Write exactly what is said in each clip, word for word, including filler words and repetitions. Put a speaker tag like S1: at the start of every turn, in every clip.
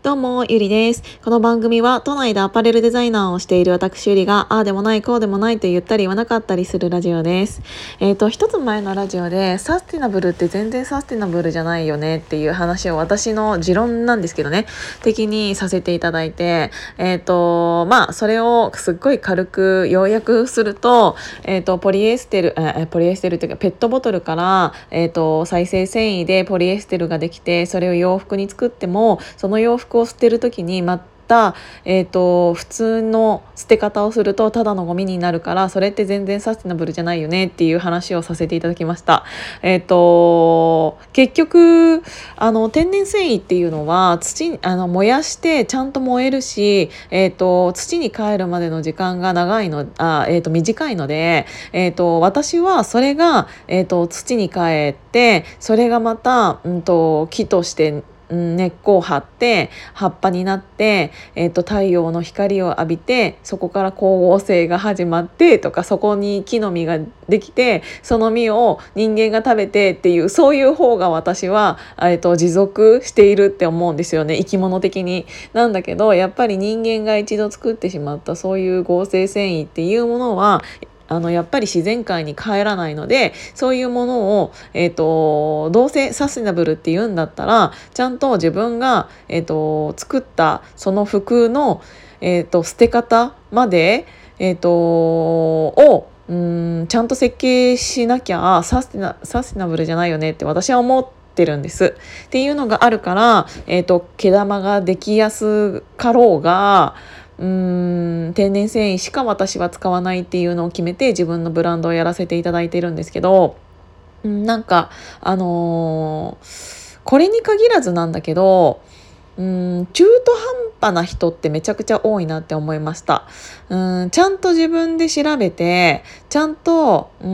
S1: どうも、ゆりです。この番組は都内でアパレルデザイナーをしている私ゆりが、ああでもないこうでもないと言ったり言わなかったりするラジオです。えっと、一つ前のラジオでサスティナブルって全然サスティナブルじゃないよねっていう話を私の持論なんですけどね、的にさせていただいて、えっと、まあ、それをすっごい軽く要約すると、えっと、ポリエステル、えポリエステルっていうかペットボトルから、えっと、再生繊維でポリエステルができて、それを洋服に作っても、その洋服を捨てる時にまた、えーと、普通の捨て方をするとただのゴミになるから、それって全然サスティナブルじゃないよねっていう話をさせていただきました。えーと結局あの天然繊維っていうのは土あの燃やしてちゃんと燃えるし、えーと土に帰るまでの時間が長いのあ、えーと短いので、えーと私はそれが、えーと土に帰ってそれがまた、うん、と木として根っこを張って葉っぱになって、えーと、太陽の光を浴びて、そこから光合成が始まってとか、そこに木の実ができて、その実を人間が食べてっていう、そういう方が私は、えーと、持続しているって思うんですよね、生き物的に。なんだけどやっぱり人間が一度作ってしまったそういう合成繊維っていうものはあのやっぱり自然界に帰らないので、そういうものを、えーと、どうせサステナブルって言うんだったら、ちゃんと自分が、えーと、作ったその服の、えーと、捨て方まで、えーと、をうんちゃんと設計しなきゃサステナ、サステナブルじゃないよねって私は思ってるんですっていうのがあるから、えーと、毛玉ができやすかろうが、うーん天然繊維しか私は使わないっていうのを決めて自分のブランドをやらせていただいているんですけど、なんかあのーこれに限らずなんだけど、うん中途半端な人ってめちゃくちゃ多いなって思いました。うんちゃんと自分で調べて、ちゃんとうー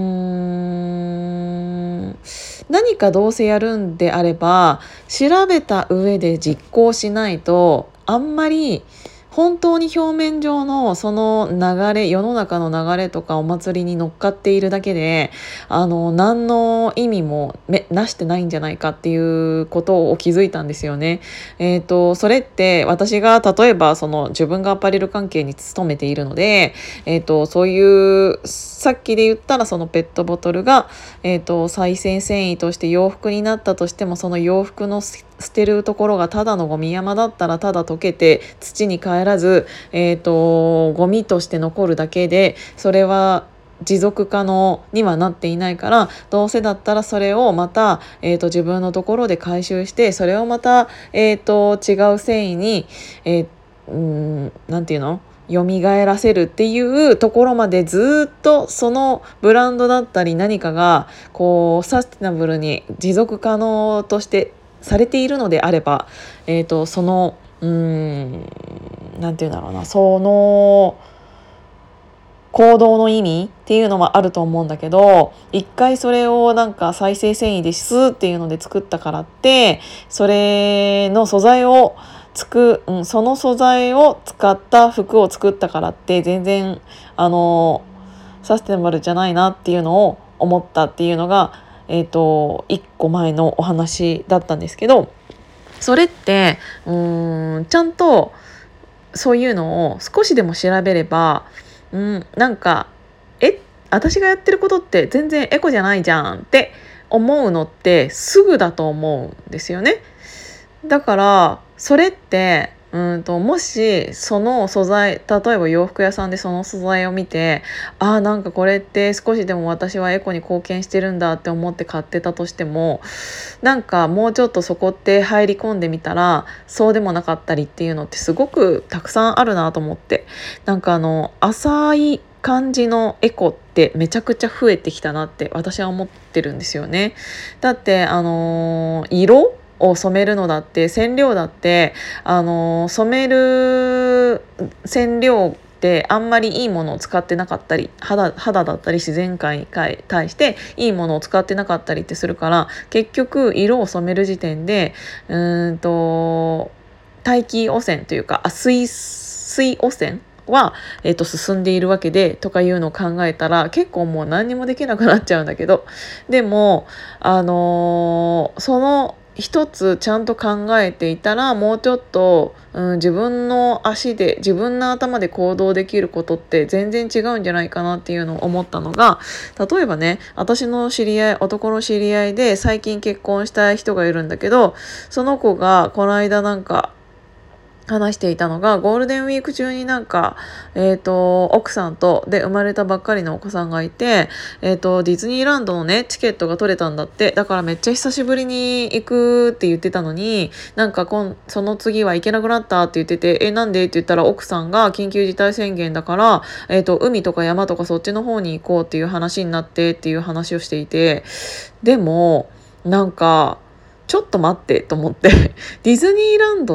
S1: ん何かどうせやるんであれば調べた上で実行しないと、あんまり本当に表面上のその流れ、世の中の流れとかお祭りに乗っかっているだけで、あの何の意味もめなしてないんじゃないかっていうことを気づいたんですよね。えーと、それって私が例えばその自分がアパレル関係に勤めているので、えーと、そういうさっきで言ったらそのペットボトルが、えーと、再生繊維として洋服になったとしても、その洋服の捨てるところがただのゴミ山だったらただ溶けて土に帰らず、えーと、ゴミとして残るだけで、それは持続可能にはなっていないから、どうせだったらそれをまた、えーと、自分のところで回収して、それをまた、えーと、違う繊維に、えー、うーんなんていうの蘇らせるっていうところまで、ずっとそのブランドだったり何かがこうサステナブルに持続可能としてされているのであれば、えーと、そのうーんなんていうんだろうな、その行動の意味っていうのはあると思うんだけど、一回それをなんか再生繊維ですっていうので作ったからって、それの素材をつく、うん、その素材を使った服を作ったからって全然あのサステナブルじゃないなっていうのを思ったっていうのが、えーと、いっこまえのお話だったんですけど、それってうーんちゃんとそういうのを少しでも調べれば、うん、なんかえ私がやってることって全然エコじゃないじゃんって思うのってすぐだと思うんですよね。だからそれってうんともしその素材、例えば洋服屋さんでその素材を見て、あーなんかこれって少しでも私はエコに貢献してるんだって思って買ってたとしても、なんかもうちょっとそこって入り込んでみたらそうでもなかったりっていうのってすごくたくさんあるなと思って、なんかあの浅い感じのエコってめちゃくちゃ増えてきたなって私は思ってるんですよね。だってあのー色を染めるのだって染料だって、あのー染める染料ってあんまりいいものを使ってなかったり、肌、肌だったり自然界に対していいものを使ってなかったりってするから、結局色を染める時点でうーんと大気汚染というか、あ水水汚染は、えー、と進んでいるわけでとかいうのを考えたら、結構もう何にもできなくなっちゃうんだけど、でもあのーその一つちゃんと考えていたらもうちょっと、うん、自分の足で自分の頭で行動できることって全然違うんじゃないかなっていうのを思ったのが、例えばね、私の知り合い男の知り合いで最近結婚した人がいるんだけど、その子がこの間なんか話していたのが、ゴールデンウィーク中になんか、えーと、奥さんとで生まれたばっかりのお子さんがいて、えーと、ディズニーランドのねチケットが取れたんだって。だからめっちゃ久しぶりに行くって言ってたのに、なんか今その次は行けなくなったって言ってて、えなんでって言ったら、奥さんが緊急事態宣言だから、えーと、海とか山とかそっちの方に行こうっていう話になってっていう話をしていて、でもなんかちょっと待ってと思ってディズニーランドって、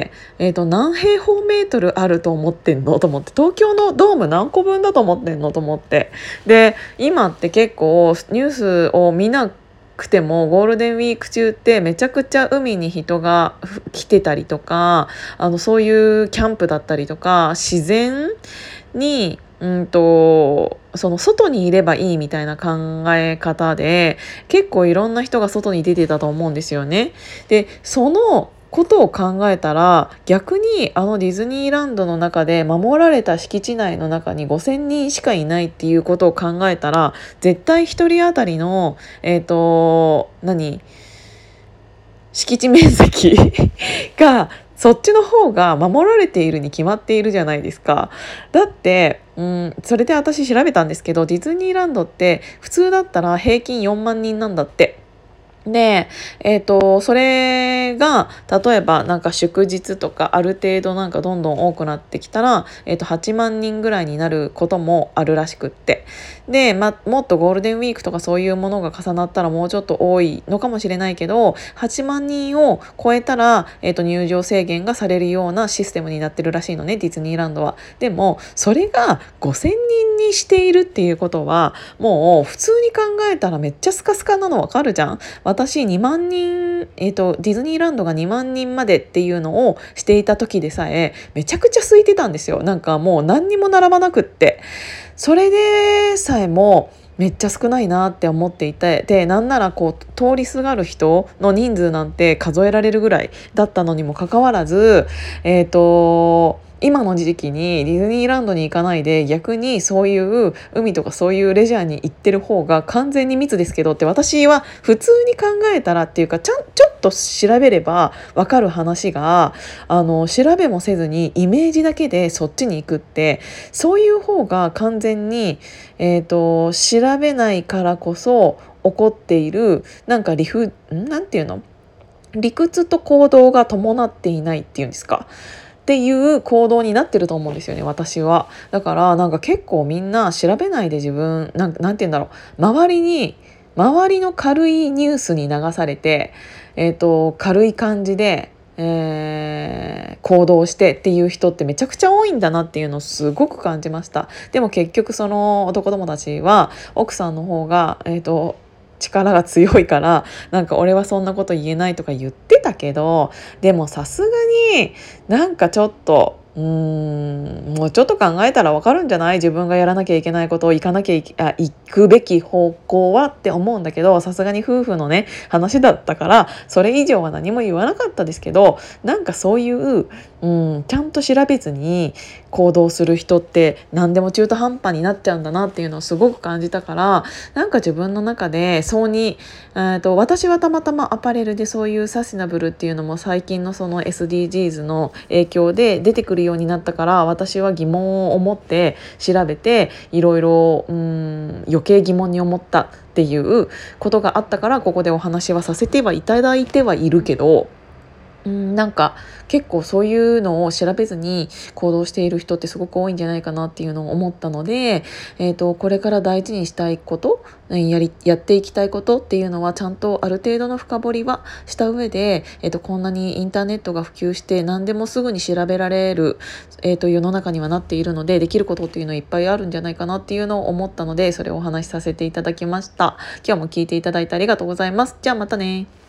S1: えーと、何平方メートルあると思ってんのと思って、東京のドーム何個分だと思ってんのと思って、で今って結構ニュースを見なくてもゴールデンウィーク中ってめちゃくちゃ海に人が来てたりとか、あのそういうキャンプだったりとか、自然にうんとその外にいればいいみたいな考え方で結構いろんな人が外に出てたと思うんですよね。でそのことを考えたら、逆にあのディズニーランドの中で守られた敷地内の中にごせんにんしかいないっていうことを考えたら、絶対ひとり当たりのえっ、と何敷地面積がそっちの方が守られているに決まっているじゃないですか。だって、うん、それで私調べたんですけど、ディズニーランドって普通だったら平均よんまん人なんだって。で、えーと、それが例えばなんか祝日とかある程度なんかどんどん多くなってきたら、えーと、はちまん人ぐらいになることもあるらしくって、で、ま、もっとゴールデンウィークとかそういうものが重なったらもうちょっと多いのかもしれないけど、はちまん人を超えたら、えーと、入場制限がされるようなシステムになってるらしいのね、ディズニーランドは。でもそれがごせんにんにしているっていうことは、もう普通に考えたらめっちゃスカスカなのわかるじゃん。私にまん人、えーと、ディズニーランドがにまん人までっていうのをしていた時でさえめちゃくちゃ空いてたんですよ。なんかもう何にも並ばなくって、それでさえもめっちゃ少ないなって思っていて、でなんならこう通りすがる人の人数なんて数えられるぐらいだったのにもかかわらず、えっと今の時期にディズニーランドに行かないで逆にそういう海とかそういうレジャーに行ってる方が完全に密ですけどって、私は普通に考えたらっていうか、ちゃんちょっと調べれば分かる話が、あの調べもせずにイメージだけでそっちに行くって、そういう方が完全に、えーと、調べないからこそ起こっているなんか理不んなんていうの理屈と行動が伴っていないっていうんですか、っていう行動になってると思うんですよね、私は。だからなんか結構みんな調べないで自分なん、なんて言うんだろう、周りに周りの軽いニュースに流されて、えーと、軽い感じで、えー行動してっていう人ってめちゃくちゃ多いんだなっていうのをすごく感じました。でも結局その男友達は奥さんの方が、えーと力が強いからなんか俺はそんなこと言えないとか言ってたけど、でもさすがになんかちょっとうーんもうちょっと考えたらわかるんじゃない、自分がやらなきゃいけないことを行かなきゃいけあ行くべき方向はって思うんだけど、さすがに夫婦のね話だったからそれ以上は何も言わなかったですけど、なんかそういううんちゃんと調べずに行動する人って何でも中途半端になっちゃうんだなっていうのをすごく感じたから、なんか自分の中でそうに、えーと私はたまたまアパレルでそういうサステナブルっていうのも最近のその エスディージーズ の影響で出てくるようになったから、私は疑問を持って調べていろいろうん余計疑問に思ったっていうことがあったから、ここでお話はさせてはいただいてはいるけど、うんなんか結構そういうのを調べずに行動している人ってすごく多いんじゃないかなっていうのを思ったので、えーと、これから大事にしたいことやりやっていきたいことっていうのはちゃんとある程度の深掘りはした上で、えーと、こんなにインターネットが普及して何でもすぐに調べられる、えーと、世の中にはなっているので、できることっていうのはいっぱいあるんじゃないかなっていうのを思ったので、それをお話しさせていただきました。今日も聞いていただいてありがとうございます。じゃあまたね。